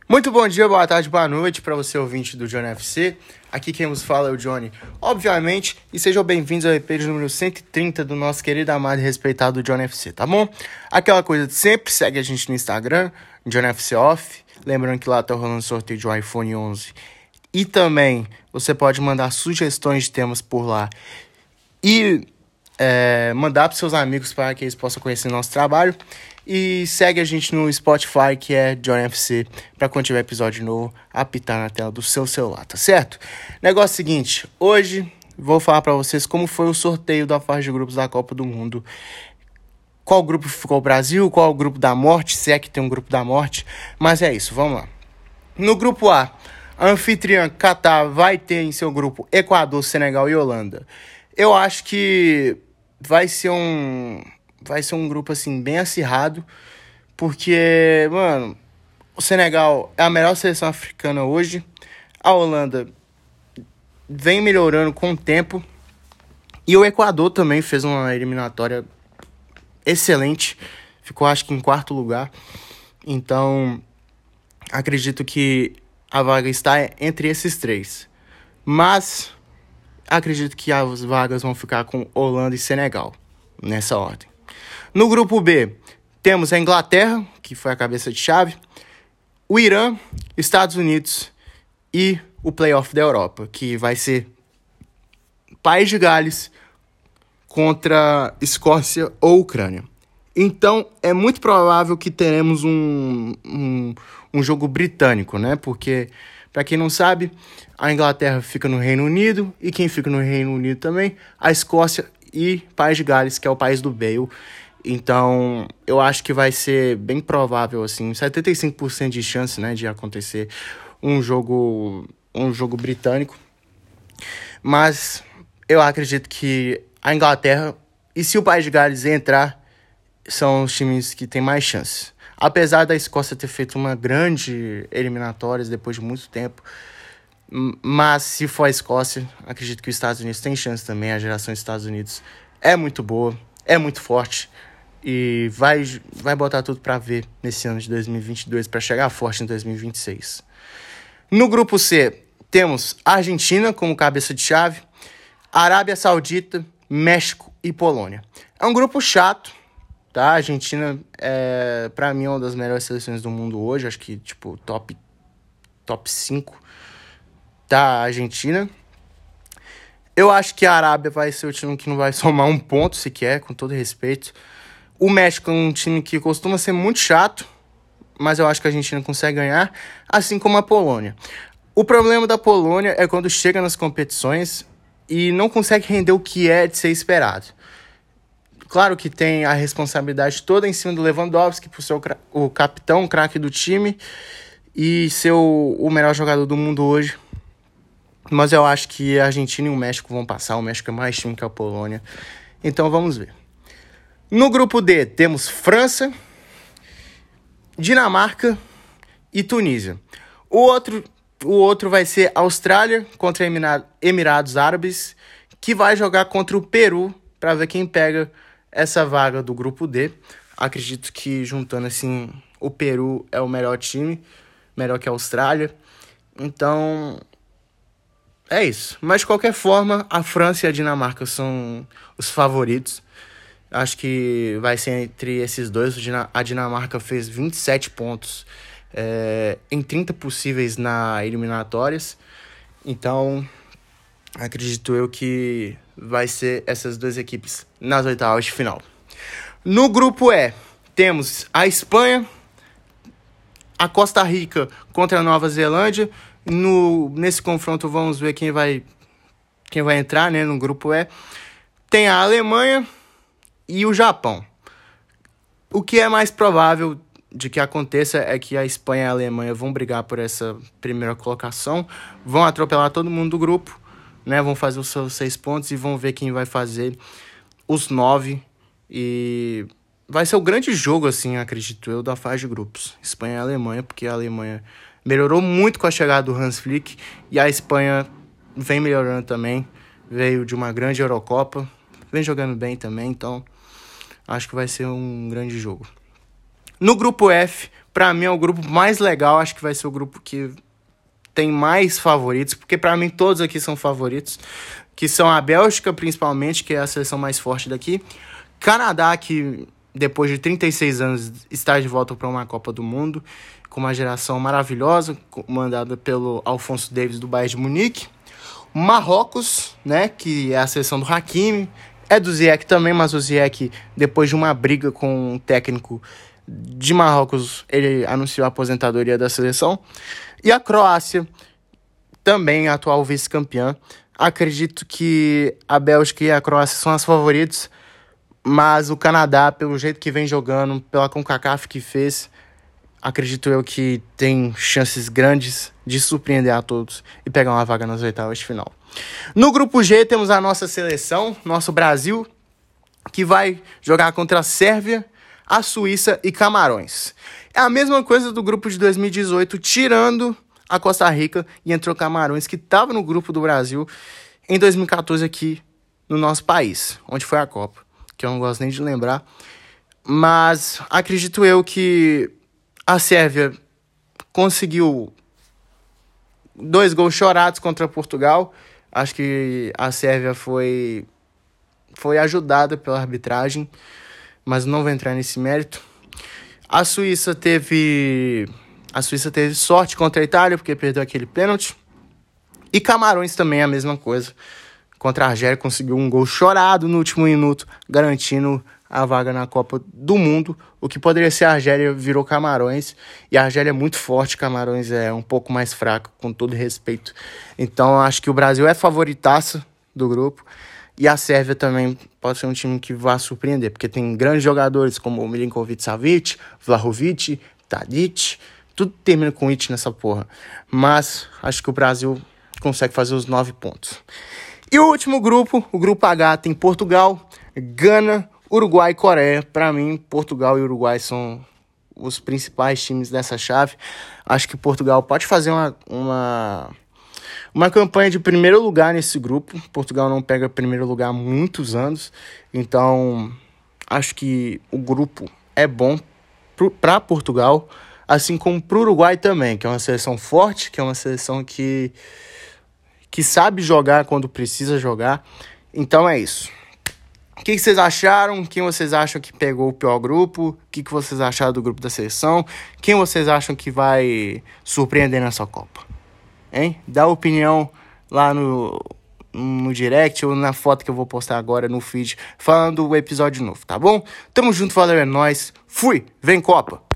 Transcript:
Muito bom dia, boa tarde, boa noite para você ouvinte do Johnny FC. Aqui quem nos fala é o Johnny, obviamente, e sejam bem-vindos ao EP de número 130 do nosso querido, amado e respeitado Johnny FC, tá bom? Aquela coisa de sempre, segue a gente no Instagram, Johnny FC Off, lembrando que lá tá rolando sorteio de um iPhone 11. E também você pode mandar sugestões de temas por lá e mandar para seus amigos para que eles possam conhecer nosso trabalho. E segue a gente no Spotify, que é Johnny FC, para quando tiver episódio novo, apitar na tela do seu celular, tá certo? Negócio seguinte, hoje vou falar para vocês como foi o sorteio da fase de grupos da Copa do Mundo. Qual grupo ficou o Brasil, qual o grupo da morte, se é que tem um grupo da morte. Mas é isso, vamos lá. No grupo A, a anfitriã Catar vai ter em seu grupo Equador, Senegal e Holanda. Eu acho que vai ser um grupo, assim, bem acirrado, porque, mano, o Senegal é a melhor seleção africana hoje, a Holanda vem melhorando com o tempo, e o Equador também fez uma eliminatória excelente, ficou, acho que, em quarto lugar, então, acredito que a vaga está entre esses três, mas acredito que as vagas vão ficar com Holanda e Senegal, nessa ordem. No grupo B, temos a Inglaterra, que foi a cabeça de chave, o Irã, Estados Unidos e o playoff da Europa, que vai ser País de Gales contra Escócia ou Ucrânia. Então, é muito provável que teremos um jogo britânico, né? Porque, para quem não sabe, a Inglaterra fica no Reino Unido e quem fica no Reino Unido também, a Escócia e País de Gales, que é o país do Bale. Então, eu acho que vai ser bem provável, assim, 75% de chance, né, de acontecer um jogo britânico. Mas eu acredito que a Inglaterra e se o País de Gales entrar, são os times que têm mais chance. Apesar da Escócia ter feito uma grande eliminatória depois de muito tempo, mas se for a Escócia, acredito que os Estados Unidos tem chance também. A geração dos Estados Unidos é muito boa, é muito forte e vai botar tudo para ver nesse ano de 2022 para chegar forte em 2026. No grupo C, temos a Argentina como cabeça de chave, Arábia Saudita, México e Polônia. É um grupo chato, tá? A Argentina para mim é uma das melhores seleções do mundo hoje, acho que tipo top 5 da Argentina. Eu acho que a Arábia vai ser o time que não vai somar um ponto sequer, com todo respeito. O México é um time que costuma ser muito chato, mas eu acho que a Argentina consegue ganhar, assim como a Polônia. O problema da Polônia é quando chega nas competições e não consegue render o que é de ser esperado. Claro que tem a responsabilidade toda em cima do Lewandowski, por ser o capitão, o craque do time, e ser o melhor jogador do mundo hoje. Mas eu acho que a Argentina e o México vão passar. O México é mais time que a Polônia. Então vamos ver. No grupo D, temos França, Dinamarca e Tunísia. O outro vai ser Austrália contra Emirados Árabes, que vai jogar contra o Peru para ver quem pega essa vaga do grupo D. Acredito que juntando assim, o Peru é o melhor time, melhor que a Austrália. Então, é isso. Mas de qualquer forma, a França e a Dinamarca são os favoritos. Acho que vai ser entre esses dois. A Dinamarca fez 27 pontos em 30 possíveis na eliminatórias. Então, acredito eu que vai ser essas duas equipes nas oitavas de final. No grupo E, temos a Espanha, a Costa Rica contra a Nova Zelândia. Nesse confronto vamos ver quem vai entrar, né, no grupo E. Tem a Alemanha e o Japão. O que é mais provável de que aconteça é que a Espanha e a Alemanha vão brigar por essa primeira colocação, vão atropelar todo mundo do grupo, né? Vão fazer os seus 6 pontos e vão ver quem vai fazer os 9. E vai ser o grande jogo, assim, acredito eu, da fase de grupos. Espanha e Alemanha, porque a Alemanha melhorou muito com a chegada do Hans Flick e a Espanha vem melhorando também. Veio de uma grande Eurocopa, vem jogando bem também, então acho que vai ser um grande jogo. No grupo F, pra mim é o grupo mais legal, acho que vai ser o grupo que tem mais favoritos, porque pra mim todos aqui são favoritos, que são a Bélgica principalmente, que é a seleção mais forte daqui, Canadá, que depois de 36 anos está de volta para uma Copa do Mundo, com uma geração maravilhosa, comandada pelo Alphonso Davies do Bayern de Munique, Marrocos, né, que é a seleção do Hakimi, é do Ziyech também, mas o Ziyech, depois de uma briga com um técnico de Marrocos, ele anunciou a aposentadoria da seleção. E a Croácia, também atual vice-campeã. Acredito que a Bélgica e a Croácia são as favoritas, mas o Canadá, pelo jeito que vem jogando, pela CONCACAF que fez, acredito eu que tem chances grandes de surpreender a todos e pegar uma vaga nas oitavas de final. No grupo G temos a nossa seleção, nosso Brasil, que vai jogar contra a Sérvia, a Suíça e Camarões. É a mesma coisa do grupo de 2018, tirando a Costa Rica, e entrou Camarões, que estava no grupo do Brasil em 2014 aqui no nosso país, onde foi a Copa, que eu não gosto nem de lembrar. Mas acredito eu que a Sérvia conseguiu 2 gols chorados contra Portugal. Acho que a Sérvia foi ajudada pela arbitragem, mas não vou entrar nesse mérito. A Suíça teve sorte contra a Itália, porque perdeu aquele pênalti. E Camarões também é a mesma coisa. Contra a Argélia conseguiu um gol chorado no último minuto, garantindo a vaga na Copa do Mundo. O que poderia ser a Argélia virou Camarões. E a Argélia é muito forte, Camarões é um pouco mais fraco, com todo respeito. Então acho que o Brasil é favoritaço do grupo. E a Sérvia também pode ser um time que vai surpreender, porque tem grandes jogadores como o Milinkovic-Savic, Vlahovic, Tadic, tudo termina com it nessa porra. Mas acho que o Brasil consegue fazer os 9 pontos. E o último grupo, o grupo H, tem Portugal, Gana, Uruguai e Coreia. Para mim, Portugal e Uruguai são os principais times dessa chave. Acho que Portugal pode fazer uma campanha de primeiro lugar nesse grupo. Portugal não pega primeiro lugar há muitos anos. Então, acho que o grupo é bom para Portugal, assim como para o Uruguai também, que é uma seleção forte, que é uma seleção que sabe jogar quando precisa jogar. Então é isso. O que vocês acharam? Quem vocês acham que pegou o pior grupo? O que vocês acharam do grupo da seleção? Quem vocês acham que vai surpreender nessa Copa? Hein? Dá opinião lá no direct ou na foto que eu vou postar agora no feed, falando do episódio novo, tá bom? Tamo junto, valeu, é nóis. Fui, vem Copa!